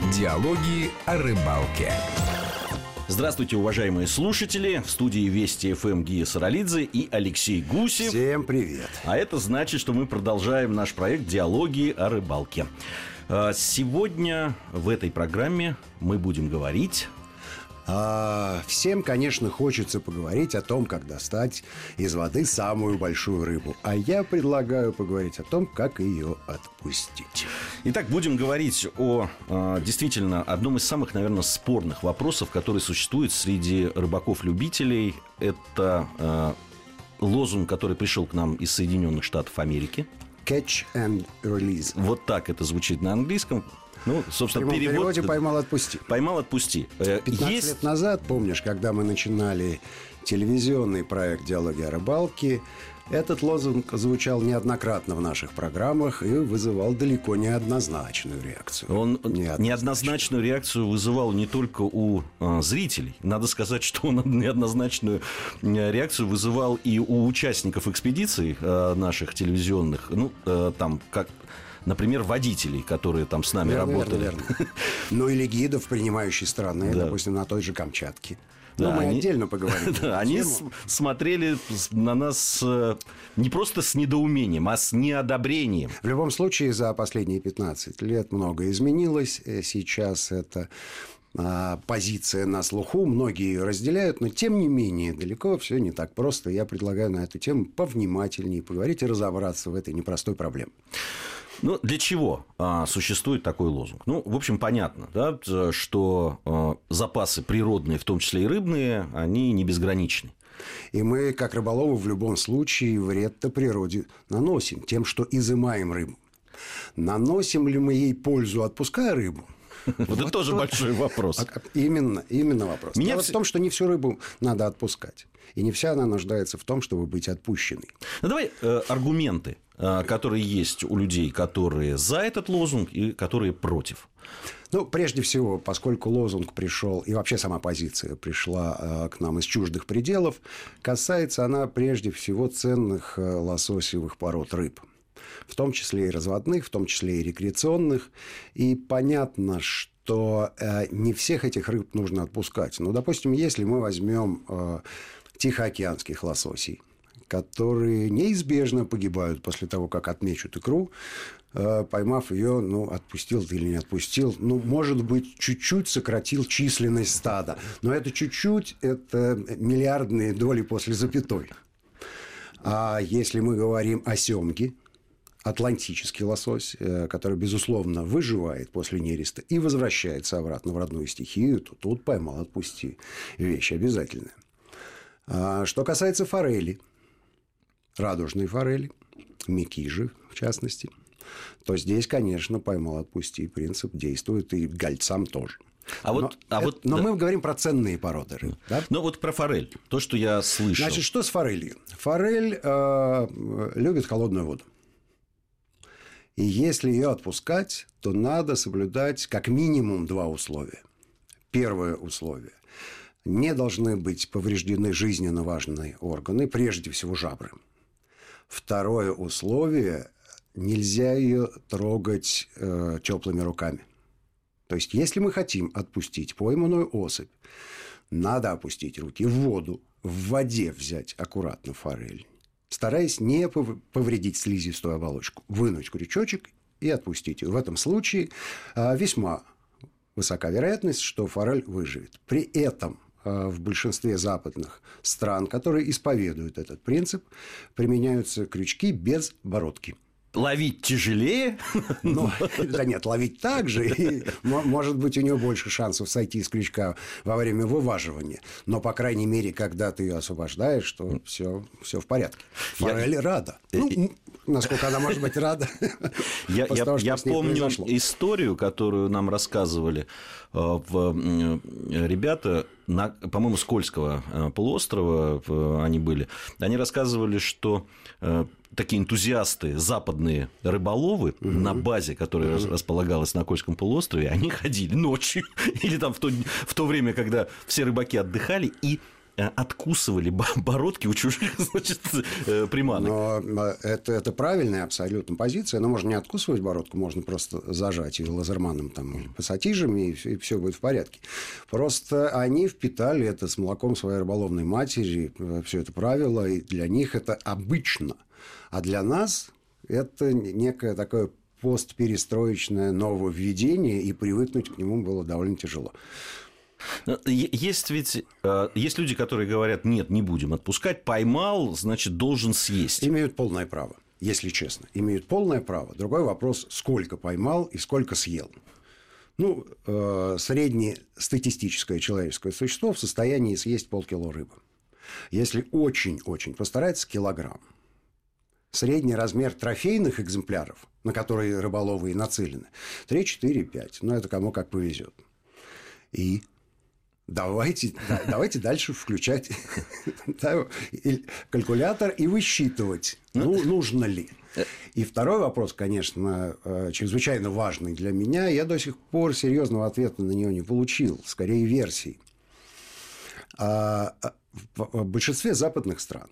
Диалоги о рыбалке. Здравствуйте, уважаемые слушатели. В студии Вести ФМ Гия Саралидзе и Алексей Гусев. Всем привет. А это значит, что мы продолжаем наш проект «Диалоги о рыбалке». Сегодня в этой программе мы будем говорить... Всем, конечно, хочется поговорить о том, как достать из воды самую большую рыбу. А я предлагаю поговорить о том, как ее отпустить. Итак, будем говорить о действительно одном из самых, наверное, спорных вопросов, который существует среди рыбаков-любителей. Это лозунг, который пришел к нам из Соединенных Штатов Америки. Catch and release. Вот так это звучит на английском. Ну, собственно, в переводе «поймал, отпусти». «Поймал, отпусти». 15 лет назад, помнишь, когда мы начинали телевизионный проект «Диалоги о рыбалке», этот лозунг звучал неоднократно в наших программах и вызывал далеко не однозначную реакцию. Он неоднозначную реакцию вызывал не только у зрителей. Надо сказать, что он неоднозначную реакцию вызывал и у участников экспедиций наших телевизионных. Ну, там, как... Например, водителей, которые там с нами работали. Верно. Ну, или гидов, принимающей страны, да. Допустим, на той же Камчатке. Да, мы отдельно поговорим. Да, они смотрели на нас не просто с недоумением, а с неодобрением. В любом случае, за последние 15 лет многое изменилось. Сейчас это позиция на слуху, многие ее разделяют, но тем не менее далеко все не так просто. Я предлагаю на эту тему повнимательнее поговорить и разобраться в этой непростой проблеме. Ну, для чего существует такой лозунг? Ну, в общем, понятно, да, что запасы природные, в том числе и рыбные, они не безграничны. И мы, как рыболовы, в любом случае вред-то природе наносим тем, что изымаем рыбу. Наносим ли мы ей пользу, отпуская рыбу? Вот это тоже большой вопрос. Именно вопрос. Дело в том, что не всю рыбу надо отпускать. И не вся она нуждается в том, чтобы быть отпущенной. Ну, давай аргументы, которые есть у людей, которые за этот лозунг и которые против. Ну, прежде всего, поскольку лозунг пришел, и вообще сама позиция пришла к нам из чуждых пределов, касается она прежде всего ценных лососевых пород рыб. В том числе и разводных, в том числе и рекреационных. И понятно, что не всех этих рыб нужно отпускать. Ну, допустим, если мы возьмем тихоокеанских лососей, которые неизбежно погибают после того, как отмечут икру, поймав ее, ну, отпустил ты или не отпустил, ну, может быть, чуть-чуть сократил численность стада. Но это чуть-чуть, это миллиардные доли после запятой. А если мы говорим о семге, атлантический лосось, который, безусловно, выживает после нереста и возвращается обратно в родную стихию, то тут «поймал, отпусти». Вещь обязательная. Что касается форели, радужной форели, мекижи, в частности, то здесь, конечно, «поймал, отпусти» принцип действует и гольцам тоже. Но мы говорим про ценные породы рыб. Да? Но вот про форель, то, что я слышал. Значит, что с форелью? Форель любит холодную воду. И если ее отпускать, то надо соблюдать как минимум два условия. Первое условие. Не должны быть повреждены жизненно важные органы, прежде всего жабры. Второе условие. Нельзя ее трогать теплыми руками. То есть, если мы хотим отпустить пойманную особь, надо опустить руки в воду, в воде взять аккуратно форель, стараясь не повредить слизистую оболочку, вынуть крючочек и отпустить ее. В этом случае весьма высока вероятность, что форель выживет. При этом в большинстве западных стран, которые исповедуют этот принцип, применяются крючки без бородки. Ловить тяжелее? Ну, да нет, ловить так же. И, может быть, у нее больше шансов сойти с крючка во время вываживания. Но, по крайней мере, когда ты ее освобождаешь, то все в порядке. Форель рада. Ну, насколько она может быть рада. Я помню историю, которую нам рассказывали ребята, по-моему, с Кольского полуострова они были. Они рассказывали, что такие энтузиасты, западные рыболовы на базе, которая располагалась на Кольском полуострове, они ходили ночью или там в то время, когда все рыбаки отдыхали, и откусывали бородки у чужих, значит, приманок. Но это правильная абсолютно позиция. Но можно не откусывать бородку, можно просто зажать ее лазерманом там, или пассатижами, и все будет в порядке. Просто они впитали это с молоком своей рыболовной матери, все это правило, и для них это обычно. А для нас это некое такое постперестроечное нововведение, и привыкнуть к нему было довольно тяжело. Есть люди, которые говорят, нет, не будем отпускать, поймал, значит, должен съесть. Имеют полное право, если честно. Имеют полное право. Другой вопрос, сколько поймал и сколько съел. Среднестатистическое человеческое существо в состоянии съесть полкило рыбы. Если очень-очень постарается, килограмм. Средний размер трофейных экземпляров, на которые рыболовы и нацелены, 3, 4, 5. Но это кому как повезет. И давайте дальше включать калькулятор и высчитывать, нужно ли. И второй вопрос, конечно, чрезвычайно важный для меня. Я до сих пор серьезного ответа на него не получил, скорее версий. В большинстве западных стран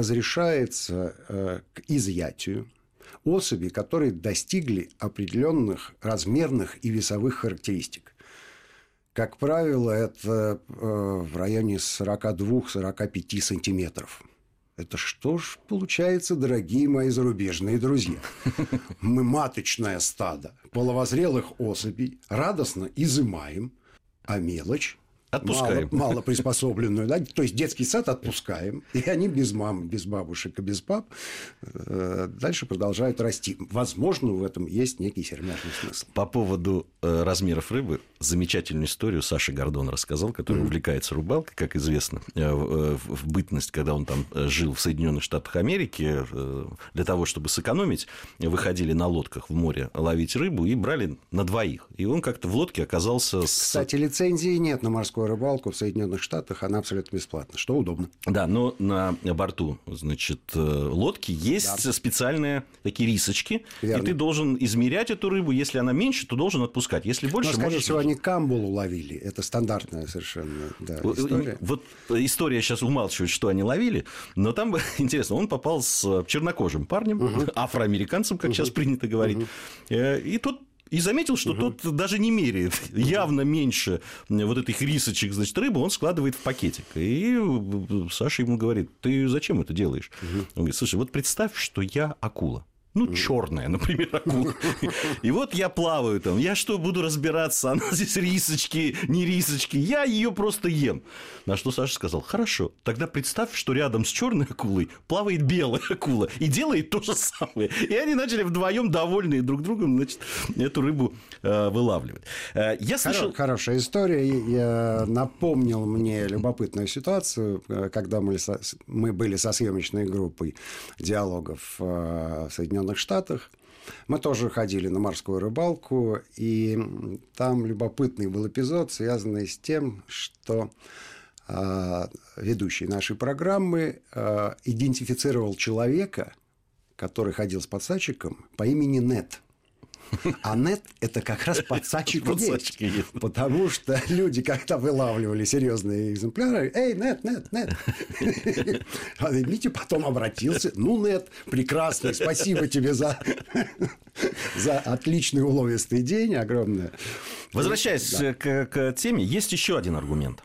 разрешается к изъятию особи, которые достигли определенных размерных и весовых характеристик. Как правило, это в районе 42-45 сантиметров. Это что ж получается, дорогие мои зарубежные друзья? Мы маточное стадо половозрелых особей радостно изымаем, а мелочь отпускаем. Мало приспособленную, да? То есть детский сад отпускаем, и они без мам, без бабушек и без пап дальше продолжают расти. Возможно, в этом есть некий сермяжный смысл. По поводу размеров рыбы замечательную историю Саша Гордон рассказал, который увлекается рыбалкой, как известно, в бытность, когда он там жил в Соединенных Штатах Америки, для того, чтобы сэкономить, выходили на лодках в море ловить рыбу и брали на двоих. И он как-то в лодке оказался... Кстати, лицензии нет на морскую рыбалку в Соединенных Штатах, она абсолютно бесплатна, что удобно. Да, но на борту, значит, лодки есть специальные такие рисочки, верно. И ты должен измерять эту рыбу, если она меньше, то должен отпускать, если больше... Но, скорее всего, они камбулу ловили, это стандартная совершенно история. Вот история сейчас умалчивает, что они ловили, но там, интересно, он попал с чернокожим парнем, афроамериканцем, как сейчас принято говорить, и заметил, что тот даже не меряет явно меньше вот этих рисочек, значит, рыбы, он складывает в пакетик. И Саша ему говорит, ты зачем это делаешь? Он говорит, слушай, вот представь, что я акула. Черная, например, акула. И вот я плаваю там. Я что, буду разбираться? Она здесь рисочки, не рисочки. Я ее просто ем. На что Саша сказал, хорошо, тогда представь, что рядом с черной акулой плавает белая акула и делает то же самое. И они начали вдвоем довольные друг другом, значит, эту рыбу вылавливать. Я слышал... Хорошая история. Напомнил мне любопытную ситуацию, когда мы были со съемочной группой диалогов в Соединенных Штатах. Мы тоже ходили на морскую рыбалку, и там любопытный был эпизод, связанный с тем, что ведущий нашей программы идентифицировал человека, который ходил с подсадчиком по имени Нет. А Нет – это как раз подсадчик есть. Потому что люди, когда вылавливали серьезные экземпляры, эй, Нет. А Митя потом обратился, Нет, прекрасно, спасибо тебе за отличный уловистый день, огромное. Возвращаясь к теме, есть еще один аргумент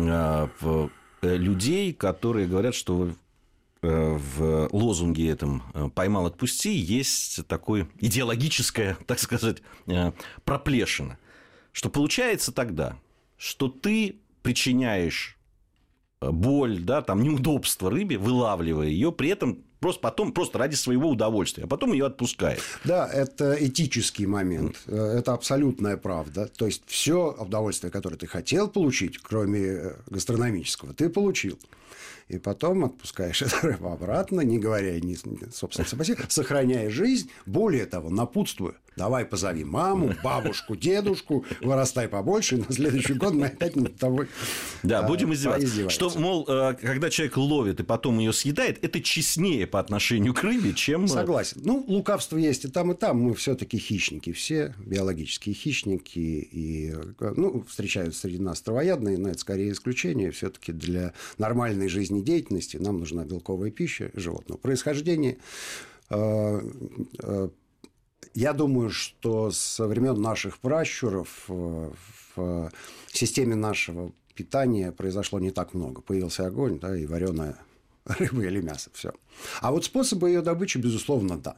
людей, которые говорят, что в лозунге этом «поймал, отпусти» есть такое идеологическое, так сказать, проплешина. Что получается тогда, что ты причиняешь боль, да, там, неудобство рыбе, вылавливая ее, при этом просто ради своего удовольствия, а потом ее отпускаешь. Да, это этический момент, это абсолютная правда. То есть все удовольствие, которое ты хотел получить, кроме гастрономического, ты получил. И потом отпускаешь эту рыбу обратно, не говоря ни собственно спасибо, сохраняя жизнь, более того, напутствуя. Давай позови маму, бабушку, дедушку, вырастай побольше, и на следующий год мы опять над тобой будем издеваться. Что, мол, когда человек ловит и потом ее съедает, это честнее по отношению к рыбе, чем... Согласен. Лукавство есть и там. Мы все-таки хищники все, биологические хищники. И, встречаются среди нас травоядные, но это скорее исключение. Все-таки для нормальной жизнедеятельности нам нужна белковая пища животного происхождения. Я думаю, что со времен наших пращуров в системе нашего питания произошло не так много. Появился огонь, да, и вареная рыба или мясо. Все. А вот способы ее добычи, безусловно, да.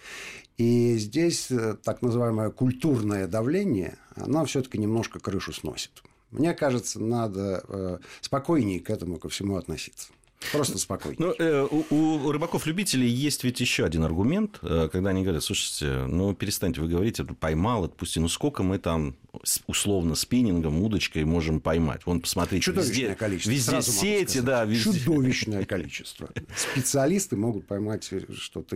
И здесь так называемое культурное давление, оно все-таки немножко крышу сносит. Мне кажется, надо спокойнее к этому ко всему относиться. Просто спокойно. У рыбаков-любителей есть ведь еще один аргумент, когда они говорят: слушайте, перестаньте вы говорить, это поймал, отпусти. Сколько мы там условно спиннингом, удочкой можем поймать? Вон, посмотрите, чудовищное количество. Везде сети, да, везде. Чудовищное количество. Специалисты могут поймать что-то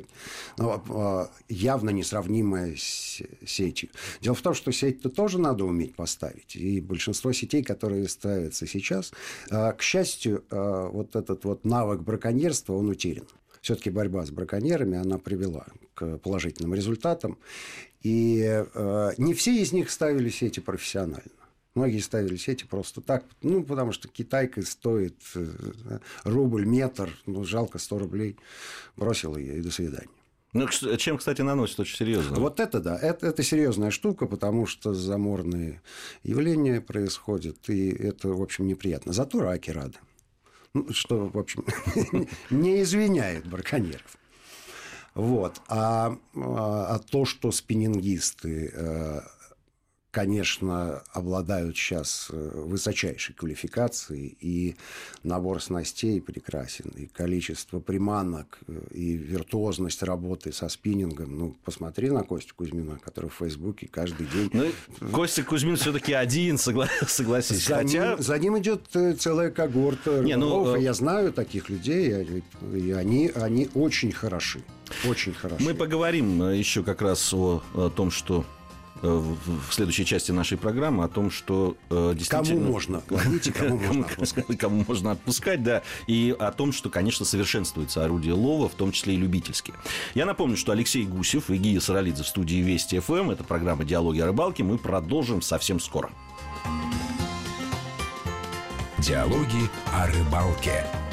явно несравнимое с сетью. Дело в том, что сеть-то тоже надо уметь поставить. И большинство сетей, которые ставятся сейчас, к счастью, вот этот навык браконьерства, он утерян. Все-таки борьба с браконьерами, она привела к положительным результатам. И не все из них ставили сети профессионально. Многие ставили сети просто так, потому что китайка стоит рубль, метр, жалко 100 рублей, бросил ее и до свидания. Чем, кстати, наносит очень серьезно. Вот это да, это серьезная штука, потому что заморные явления происходят, и это, в общем, неприятно. Зато раки рады. Что, в общем, не извиняет браконьеров. Вот. А то, что спиннингисты, конечно, обладают сейчас высочайшей квалификацией, и набор снастей прекрасен, и количество приманок, и виртуозность работы со спиннингом. Посмотри на Костю Кузьмина, который в Фейсбуке каждый день... Костя Кузьмин все-таки один, согласись. За ним идет целая когорта рыбаков, и я знаю таких людей, и они очень хороши. Очень хороши. Мы поговорим еще как раз о том, что в следующей части нашей программы, о том, что действительно... Кому можно ловить и кому можно отпускать. Кому можно отпускать, да. И о том, что, конечно, совершенствуется орудие лова, в том числе и любительские. Я напомню, что Алексей Гусев и Гия Саралидзе в студии Вести ФМ. Это программа «Диалоги о рыбалке». Мы продолжим совсем скоро. Диалоги о рыбалке.